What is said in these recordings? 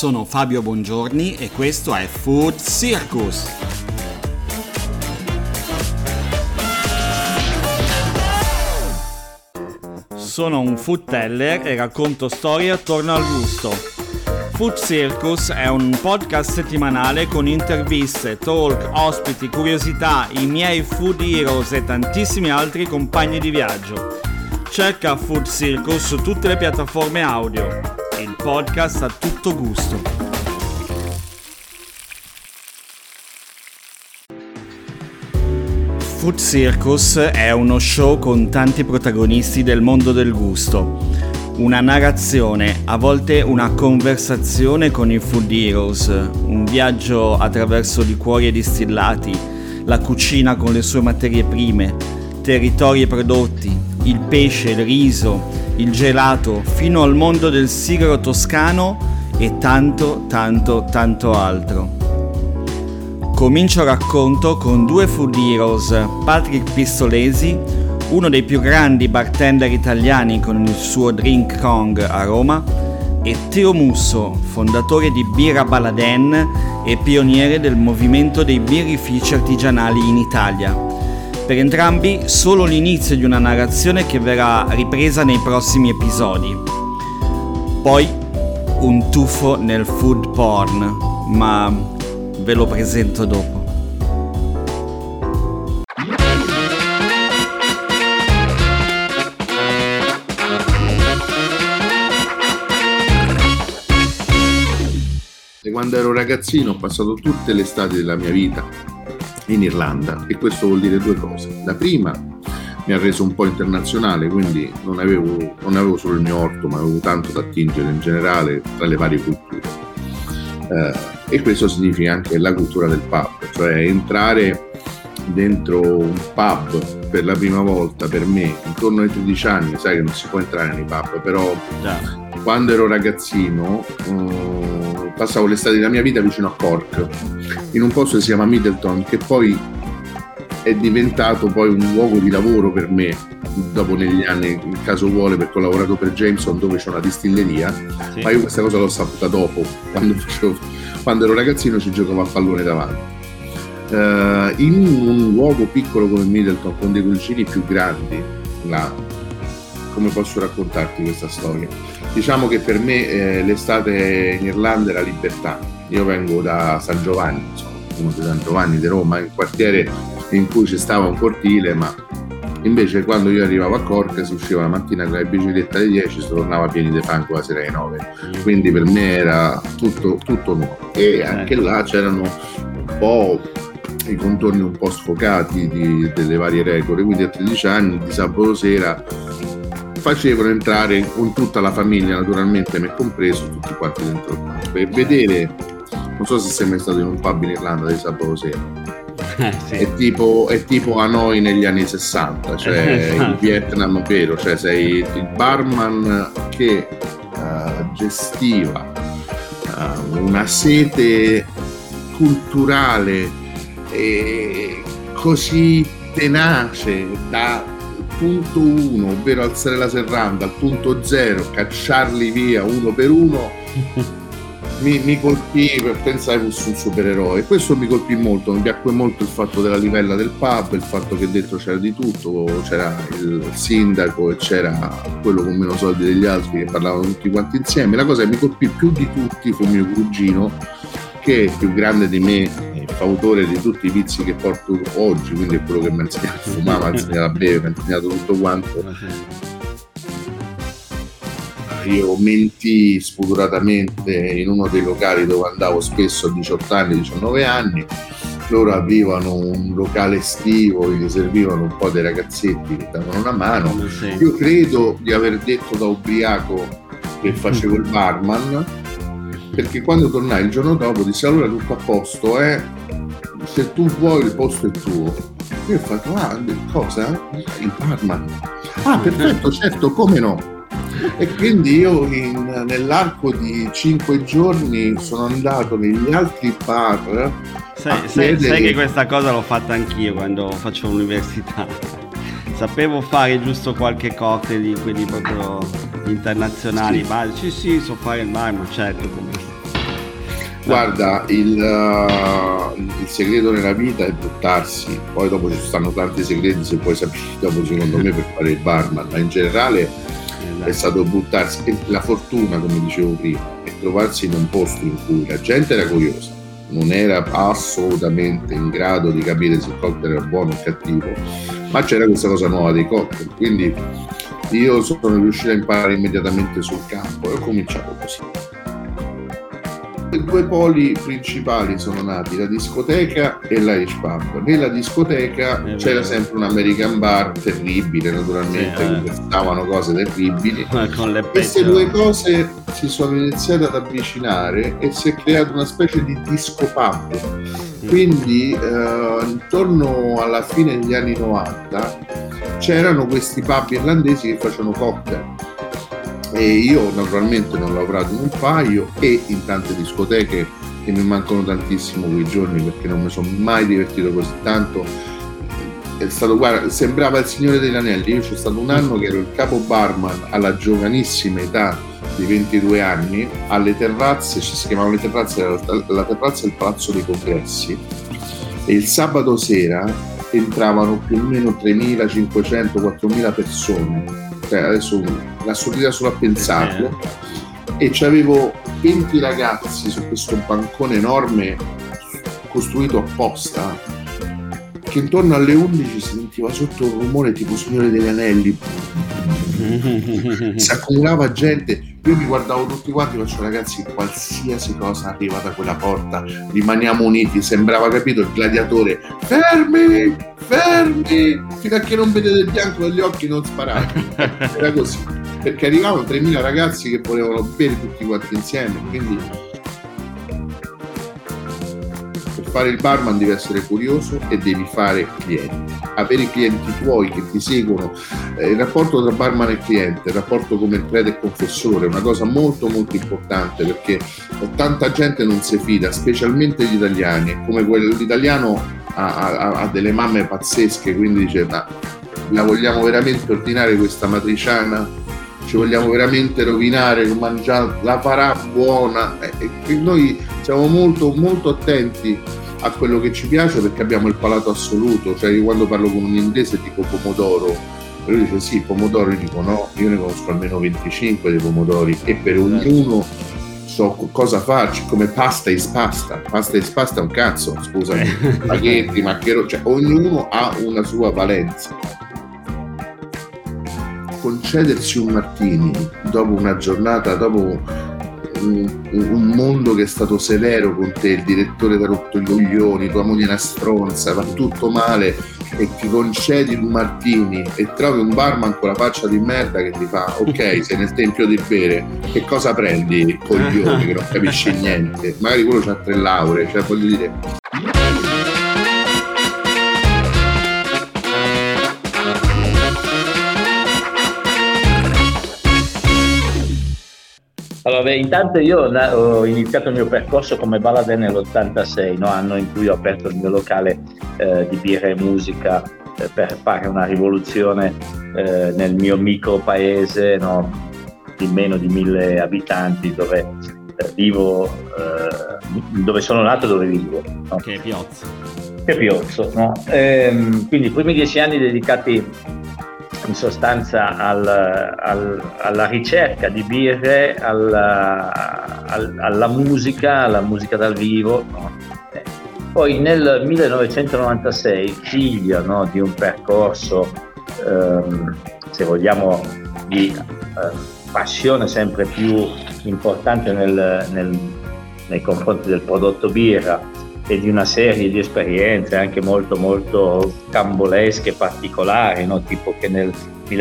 sono Fabio Bongiorni e questo è Food Circus. Sono un food teller e racconto storie attorno al gusto. Food Circus è un podcast settimanale con interviste, talk, ospiti, curiosità, i miei food heroes e tantissimi altri compagni di viaggio. Cerca Food Circus su tutte le piattaforme audio. Il podcast a tutto gusto. Food Circus è uno show con tanti protagonisti del mondo del gusto. Una narrazione, a volte una conversazione con i food heroes, un viaggio attraverso liquori e distillati, la cucina con le sue materie prime, territori e prodotti, il pesce, il riso, il gelato, fino al mondo del sigaro toscano e tanto altro. Comincio il racconto con due food heroes, Patrick Pistolesi, uno dei più grandi bartender italiani con il suo Drink Kong a Roma, e Teo Musso, fondatore di Birra Baladen e pioniere del movimento dei birrifici artigianali in Italia. Per entrambi solo l'inizio di una narrazione che verrà ripresa nei prossimi episodi. Poi un tuffo nel food porn, ma ve lo presento dopo. Quando ero ragazzino ho passato tutte le estati della mia vita in Irlanda e questo vuol dire due cose. La prima mi ha reso un po' internazionale, quindi non avevo solo il mio orto, ma avevo tanto da attingere in generale tra le varie culture. E questo significa anche la cultura del pub, cioè entrare dentro un pub per la prima volta per me, intorno ai 13 anni, sai che non si può entrare nei pub, però quando ero ragazzino passavo l'estate della mia vita vicino a Cork, in un posto che si chiama Middleton, che poi è diventato poi un luogo di lavoro per me, dopo negli anni, il caso vuole, perché ho lavorato per Jameson dove c'è una distilleria, sì. Ma io questa cosa l'ho saputa dopo, quando ero ragazzino ci giocavo a pallone davanti. In un luogo piccolo come Middleton, con dei cucini più grandi, là, come posso raccontarti questa storia? Diciamo che per me l'estate in Irlanda era libertà. Io vengo da San Giovanni, uno di San Giovanni di Roma, in un quartiere in cui ci stava un cortile, ma invece quando io arrivavo a Cork si usciva la mattina con la bicicletta alle 10, si tornava pieni di fango la sera alle 9. Quindi per me era tutto nuovo. E anche là c'erano un po' i contorni un po' sfocati delle varie regole, quindi a 13 anni di sabato sera facevano entrare con tutta la famiglia, naturalmente me compreso, tutti quanti dentro il pub e vedere, non so se sei mai stato in un pub in Irlanda di sabato sera, sì. È tipo Hanoi negli anni 60, cioè il Vietnam vero, cioè sei il barman che gestiva una sete culturale così tenace da punto 1, ovvero alzare la serranda, al punto 0, cacciarli via uno per uno, mi colpì, pensai fosse un supereroe. Questo mi colpì molto, mi piacque molto il fatto della livella del pub, il fatto che dentro c'era di tutto, c'era il sindaco e c'era quello con meno soldi degli altri che parlavano tutti quanti insieme. La cosa che mi colpì più di tutti fu mio cugino, che è più grande di me, fautore di tutti i vizi che porto oggi, quindi è quello che mi ha insegnato a fumare, mi ha insegnato a bere, mi ha insegnato tutto quanto. Io mentii spudoratamente in uno dei locali dove andavo spesso a 18 anni, 19 anni. Loro avevano un locale estivo, gli servivano un po' dei ragazzetti che davano una mano. Io credo di aver detto da ubriaco che facevo il barman, perché quando tornai il giorno dopo dissi: allora tutto a posto, se tu vuoi il posto è tuo. Io ho fatto: cosa? Il barman? Perfetto, certo, come no. E quindi io nell'arco di 5 giorni sono andato negli altri bar. Sai che questa cosa l'ho fatta anch'io quando facevo l'università. Sapevo fare giusto qualche cocktail di quelli proprio internazionali, sì. Sì, so fare il barman, certo. Guarda, il segreto nella vita è buttarsi, poi dopo ci stanno tanti segreti se poi sapere dopo, secondo me, per fare il barman, ma in generale è stato buttarsi. E la fortuna, come dicevo prima, è trovarsi in un posto in cui la gente era curiosa, non era assolutamente in grado di capire se il cocktail era buono o cattivo, ma c'era questa cosa nuova dei cocktail, quindi io sono riuscito a imparare immediatamente sul campo e ho cominciato così. I due poli principali sono nati, la discoteca e l'Irish pub. Nella discoteca c'era sempre un American bar terribile, naturalmente, che stavano cose terribili. Con le queste due cose si sono iniziate ad avvicinare e si è creata una specie di disco pub. Quindi intorno alla fine degli anni 90 c'erano questi pub irlandesi che facevano cocktail. E io naturalmente ne ho lavorato in un paio e in tante discoteche che mi mancano tantissimo quei giorni perché non mi sono mai divertito così tanto. È stato, guarda, sembrava il Signore degli Anelli. Io c'è stato un anno che ero il capo barman alla giovanissima età di 22 anni alle terrazze, si chiamavano le terrazze, la terrazza del Palazzo dei Congressi, e il sabato sera entravano più o meno 3.500, 4.000 persone. Adesso l'assurdità solo a pensarlo, e c'avevo 20 ragazzi su questo bancone enorme costruito apposta, che intorno alle 11 si sentiva sotto un rumore tipo Signore degli Anelli, si accumulava gente. Io mi guardavo tutti quanti, faccio: ragazzi, qualsiasi cosa arriva da quella porta rimaniamo uniti. Sembrava, capito, il gladiatore: fermi, fino a che non vedete il bianco degli occhi non sparate. Era così, perché arrivavano 3.000 ragazzi che volevano bere tutti quanti insieme. Quindi per fare il barman devi essere curioso e devi fare clienti, avere i clienti tuoi che ti seguono. Il rapporto tra barman e cliente, il rapporto come il prete e confessore, è una cosa molto molto importante, perché tanta gente non si fida, specialmente gli italiani. Come l'italiano ha delle mamme pazzesche, quindi dice: ma la vogliamo veramente ordinare questa matriciana? Ci vogliamo veramente rovinare, mangiare, la farà buona? E noi siamo molto molto attenti a quello che ci piace, perché abbiamo il palato assoluto. Cioè, io quando parlo con un inglese dico pomodoro, e lui dice sì, pomodoro, io dico no, io ne conosco almeno 25 dei pomodori, e per ognuno so cosa farci. Come pasta is pasta è un cazzo, scusami, spaghetti, maccheroni, cioè ognuno ha una sua valenza. Concedersi un martini dopo una giornata, dopo un mondo che è stato severo con te, il direttore ti ha rotto i coglioni, tua moglie è una stronza, va tutto male, e ti concedi un martini e trovi un barman con la faccia di merda che ti fa: ok, sei nel tempio di bere, che cosa prendi, coglioni, che non capisci niente. Magari quello c'ha 3 lauree, cioè, voglio dire. Allora, intanto io ho iniziato il mio percorso come barman nell'86, no? Anno in cui ho aperto il mio locale di birra e musica per fare una rivoluzione nel mio micro paese, no? Di meno di 1.000 abitanti, dove vivo, dove sono nato e dove vivo, no? Che Piozzo, no? Quindi i primi 10 anni dedicati in sostanza alla ricerca di birre, alla musica dal vivo, no? Poi nel 1996, figlio, no, di un percorso, se vogliamo, di passione sempre più importante nei confronti del prodotto birra, e di una serie di esperienze anche molto molto cambolesche, particolari, no? Tipo che nel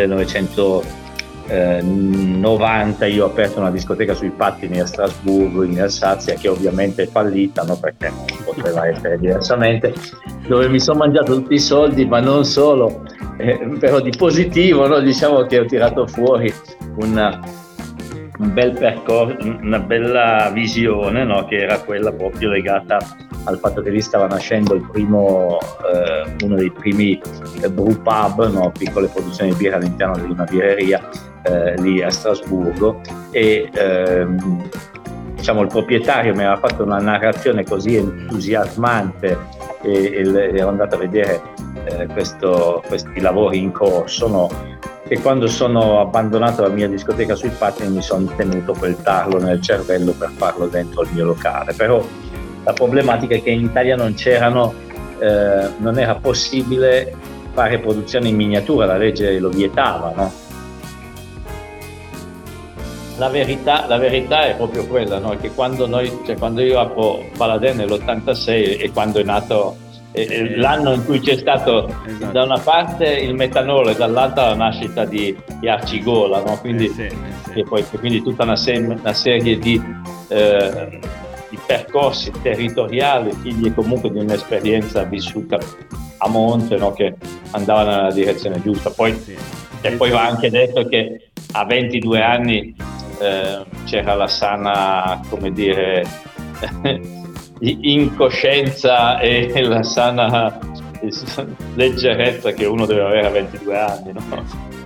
1990 io ho aperto una discoteca sui pattini a Strasburgo, in Alsazia, che ovviamente è fallita, no? Perché non poteva essere diversamente, dove mi sono mangiato tutti i soldi, ma non solo, però di positivo, no? Diciamo che ho tirato fuori un bel percorso, una bella visione, no? Che era quella proprio legata al fatto che lì stava nascendo uno dei primi brew pub, no? Piccole produzioni di birra all'interno di una birreria lì a Strasburgo, e diciamo il proprietario mi aveva fatto una narrazione così entusiasmante e ero andato a vedere questi lavori in corso, no? E quando sono abbandonato la mia discoteca sui pattini mi sono tenuto quel tarlo nel cervello per farlo dentro il mio locale. Però la problematica è che in Italia non era possibile fare produzione in miniatura, la legge lo vietava, no? La verità è proprio quella, no? Che quando io apro Baladè nell'86 e quando è nato l'anno in cui c'è stato da una parte il metanolo e dall'altra la nascita di Arcigola, no? Quindi, e poi quindi tutta una serie di percorsi territoriali, figli comunque di un'esperienza vissuta a monte, no? Che andava nella direzione giusta. Poi va anche detto che a 22 anni c'era la sana, come dire, incoscienza e la sana leggerezza che uno deve avere a 22 anni, no?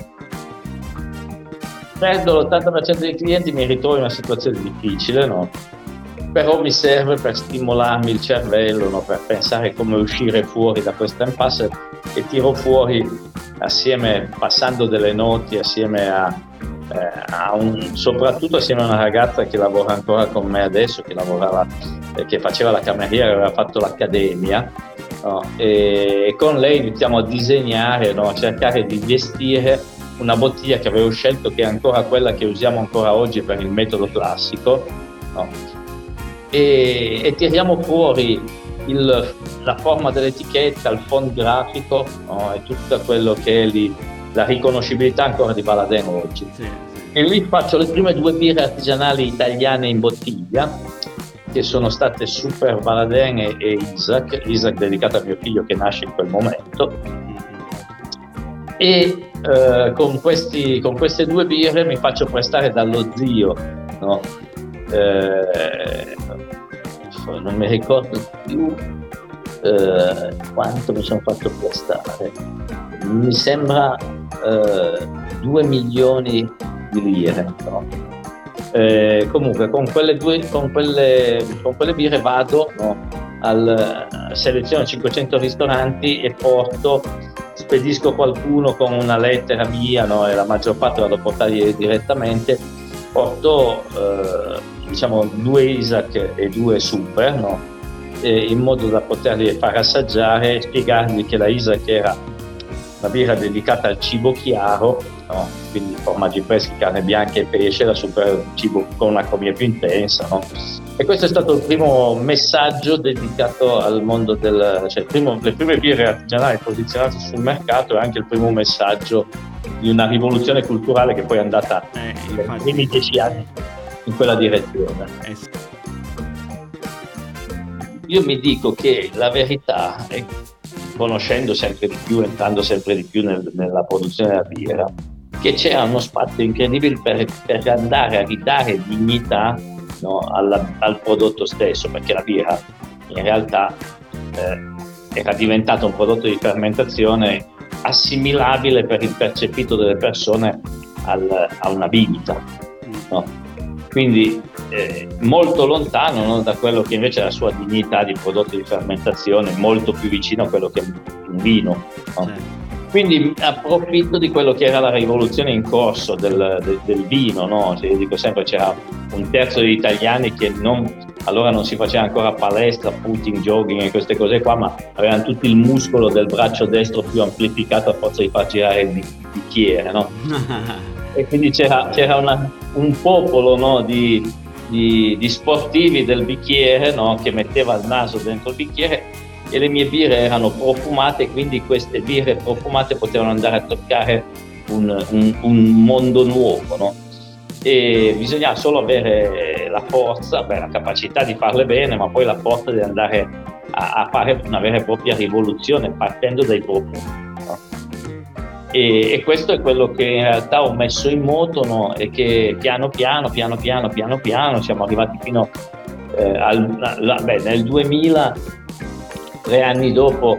Perdo l'80% dei clienti, mi ritrovo in una situazione difficile, no? Però mi serve per stimolarmi il cervello, no? Per pensare come uscire fuori da questa impasse, e tiro fuori assieme, passando delle notti assieme soprattutto assieme a una ragazza che lavora ancora con me adesso, che faceva la cameriera, aveva fatto l'accademia, no? E con lei iniziamo a disegnare, no? A cercare di vestire una bottiglia che avevo scelto, che è ancora quella che usiamo ancora oggi per il metodo classico, no? E tiriamo fuori la forma dell'etichetta, il font grafico, no? E tutto quello che è la riconoscibilità ancora di Baladè oggi. E lì faccio le prime 2 birre artigianali italiane in bottiglia, che sono state Super Baladè e Isaac dedicata a mio figlio che nasce in quel momento. E con queste 2 birre mi faccio prestare dallo zio, no? Non mi ricordo più quanto mi sono fatto prestare, mi sembra 2 milioni di lire, no? Comunque con quelle birre vado, no? Seleziono 500 ristoranti e spedisco qualcuno con una lettera mia, no? E la maggior parte vado a portargli direttamente. Porto diciamo 2 Isaac e 2 Super, no? In modo da poterli far assaggiare e spiegargli che la Isaac era una birra dedicata al cibo chiaro, no? Quindi formaggi freschi, carne bianca e pesce, la Super cibo con un'acromia più intensa, no? E questo è stato il primo messaggio dedicato al mondo le prime birre artigianali posizionate sul mercato, e anche il primo messaggio di una rivoluzione culturale che poi è andata nei primi 10 anni in quella direzione. Io mi dico che la verità è, conoscendo sempre di più, entrando sempre di più nella produzione della birra, che c'era uno spazio incredibile per andare a ridare dignità, no, al prodotto stesso, perché la birra in realtà era diventata un prodotto di fermentazione assimilabile per il percepito delle persone a una bibita, no? Quindi molto lontano, no, da quello che invece è la sua dignità di prodotto di fermentazione, molto più vicino a quello che è un vino, no? Quindi approfitto di quello che era la rivoluzione in corso del vino, no? Cioè, io dico sempre, c'era 1/3 degli italiani che allora non si faceva ancora palestra, footing, jogging e queste cose qua, ma avevano tutto il muscolo del braccio destro più amplificato a forza di far girare il bicchiere, no? E quindi c'era un popolo, no, di sportivi del bicchiere, no, che metteva il naso dentro il bicchiere, e le mie birre erano profumate, quindi queste birre profumate potevano andare a toccare un mondo nuovo, no? E bisognava solo avere la forza, la capacità di farle bene, ma poi la forza di andare a fare una vera e propria rivoluzione partendo dai profumi, no? E questo è quello che in realtà ho messo in moto, no? E che piano piano siamo arrivati fino nel 2000, 3 anni dopo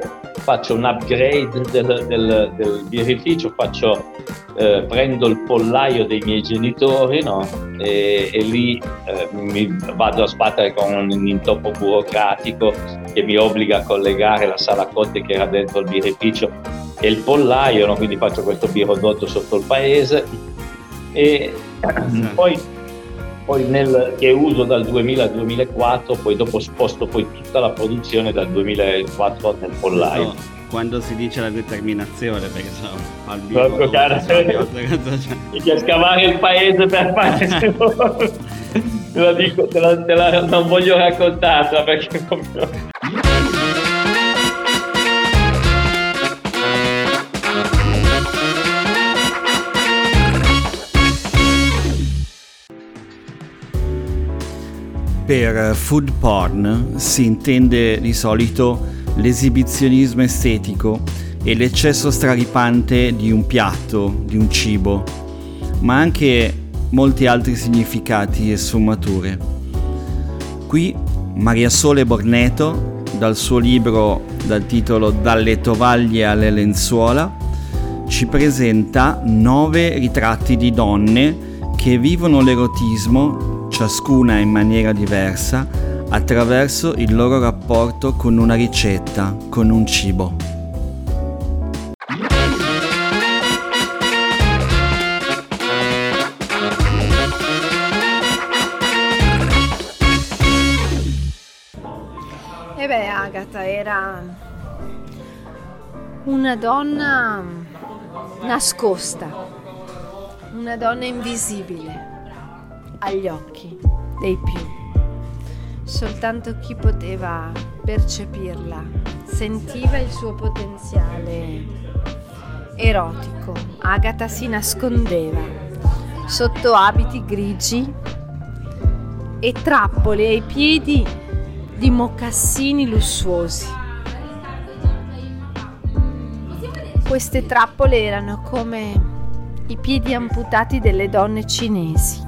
faccio un upgrade del birrificio, prendo il pollaio dei miei genitori, no? E lì mi vado a sbattere con un intoppo burocratico che mi obbliga a collegare la sala conti che era dentro il birrificio e il pollaio, no? Quindi faccio questo birodotto sotto il paese e poi che uso dal 2000 al 2004, poi dopo sposto poi tutta la produzione dal 2004 nel pollaio. No, quando si dice la determinazione, perché al proprio cara, che scavare il paese per fare te la dico, non voglio raccontarla perché proprio... Per food porn si intende di solito l'esibizionismo estetico e l'eccesso straripante di un piatto, di un cibo, ma anche molti altri significati e sfumature. Qui Maria Sole Borneto, dal suo libro dal titolo Dalle tovaglie alle lenzuola, ci presenta 9 ritratti di donne che vivono l'erotismo, ciascuna in maniera diversa, attraverso il loro rapporto con una ricetta, con un cibo. E beh, Agatha era una donna nascosta, una donna invisibile agli occhi dei più. Soltanto chi poteva percepirla sentiva il suo potenziale erotico. Agatha si nascondeva sotto abiti grigi e trappole ai piedi di mocassini lussuosi. Queste trappole erano come i piedi amputati delle donne cinesi.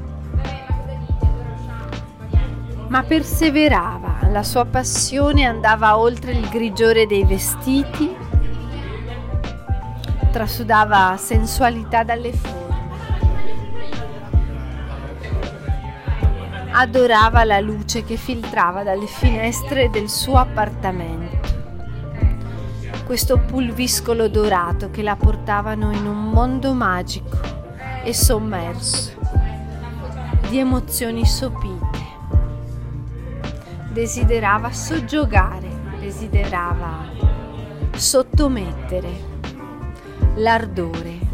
Ma perseverava, la sua passione andava oltre il grigiore dei vestiti, trasudava sensualità dalle forme, adorava la luce che filtrava dalle finestre del suo appartamento, questo pulviscolo dorato che la portavano in un mondo magico e sommerso di emozioni sopite. Desiderava soggiogare, desiderava sottomettere l'ardore,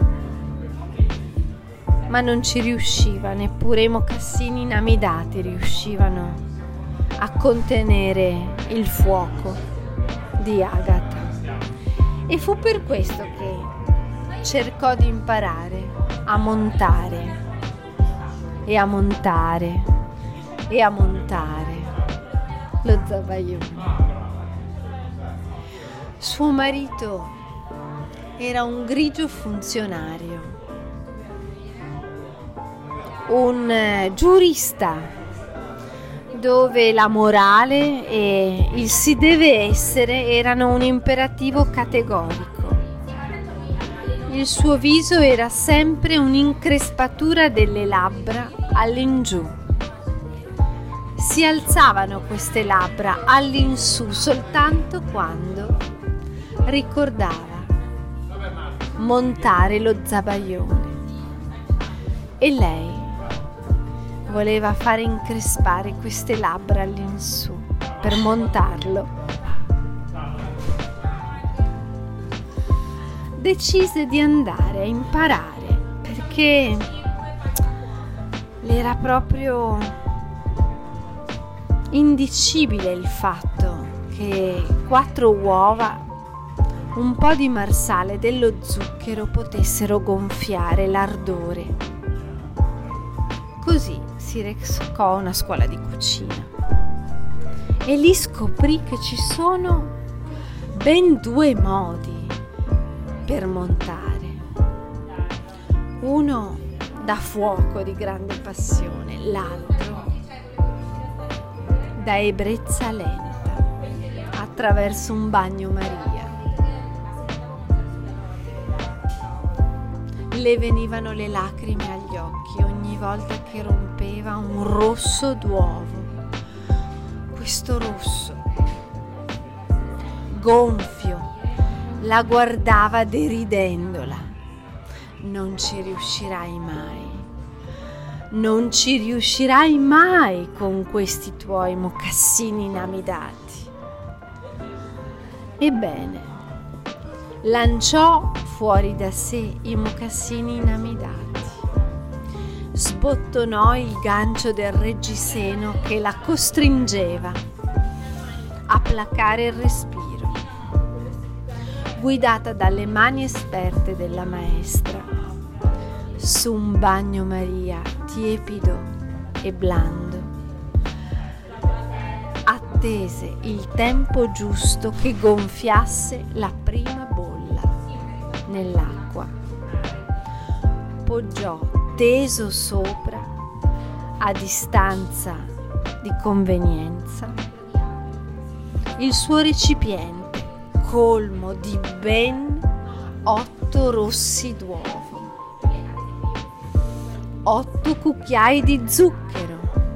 ma non ci riusciva, neppure i mocassini inamidati riuscivano a contenere il fuoco di Agatha. E fu per questo che cercò di imparare a montare e a montare e a montare lo zabaione. Suo marito era un grigio funzionario, un giurista, dove la morale e il si deve essere erano un imperativo categorico. Il suo viso era sempre un'increspatura delle labbra all'ingiù. Si alzavano queste labbra all'insù soltanto quando ricordava montare lo zabaione. E lei voleva fare increspare queste labbra all'insù per montarlo. Decise di andare a imparare perché le era proprio indicibile il fatto che 4 uova, un po' di marsale e dello zucchero potessero gonfiare l'ardore. Così si recò a una scuola di cucina e lì scoprì che ci sono ben 2 modi per montare. Uno da fuoco di grande passione, l'altro da ebbrezza lenta attraverso un bagno Maria. Le venivano le lacrime agli occhi ogni volta che rompeva un rosso d'uovo. Questo rosso, gonfio, la guardava deridendola. Non ci riuscirai mai. Non ci riuscirai mai con questi tuoi mocassini inamidati. Ebbene, lanciò fuori da sé i mocassini inamidati, sbottonò il gancio del reggiseno che la costringeva a placare il respiro. Guidata dalle mani esperte della maestra, su un bagnomaria tiepido e blando, attese il tempo giusto che gonfiasse la prima bolla nell'acqua. Poggiò teso sopra, a distanza di convenienza, il suo recipiente colmo di ben 8 rossi d'uovo, 8 cucchiai di zucchero,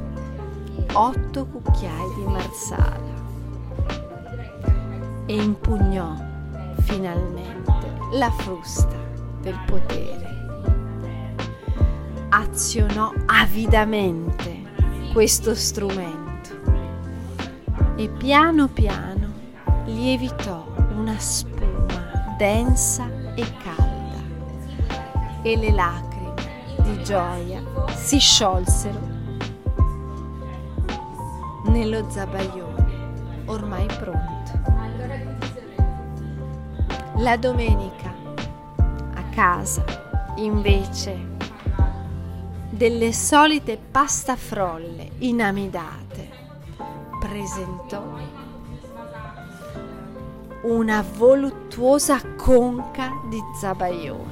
8 cucchiai di marsala, e impugnò finalmente la frusta del potere. Azionò avidamente questo strumento e piano piano lievitò una spuma densa e calda, e le lacrime di gioia si sciolsero nello zabaione ormai pronto. La domenica, a casa, invece delle solite pastafrolle inamidate, presentò una voluttuosa conca di zabaione.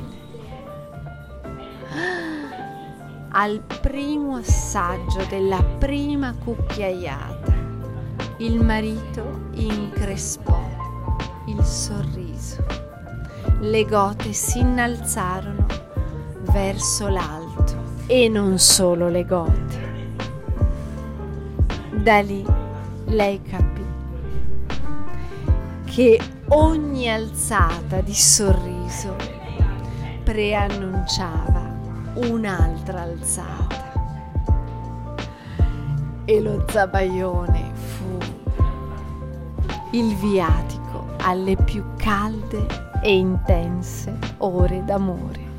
Al primo assaggio della prima cucchiaiata, il marito increspò il sorriso. Le gote si innalzarono verso l'alto, e non solo le gote. Da lì lei capì che ogni alzata di sorriso preannunciava un'altra alzata, e lo zabaione fu il viatico alle più calde e intense ore d'amore.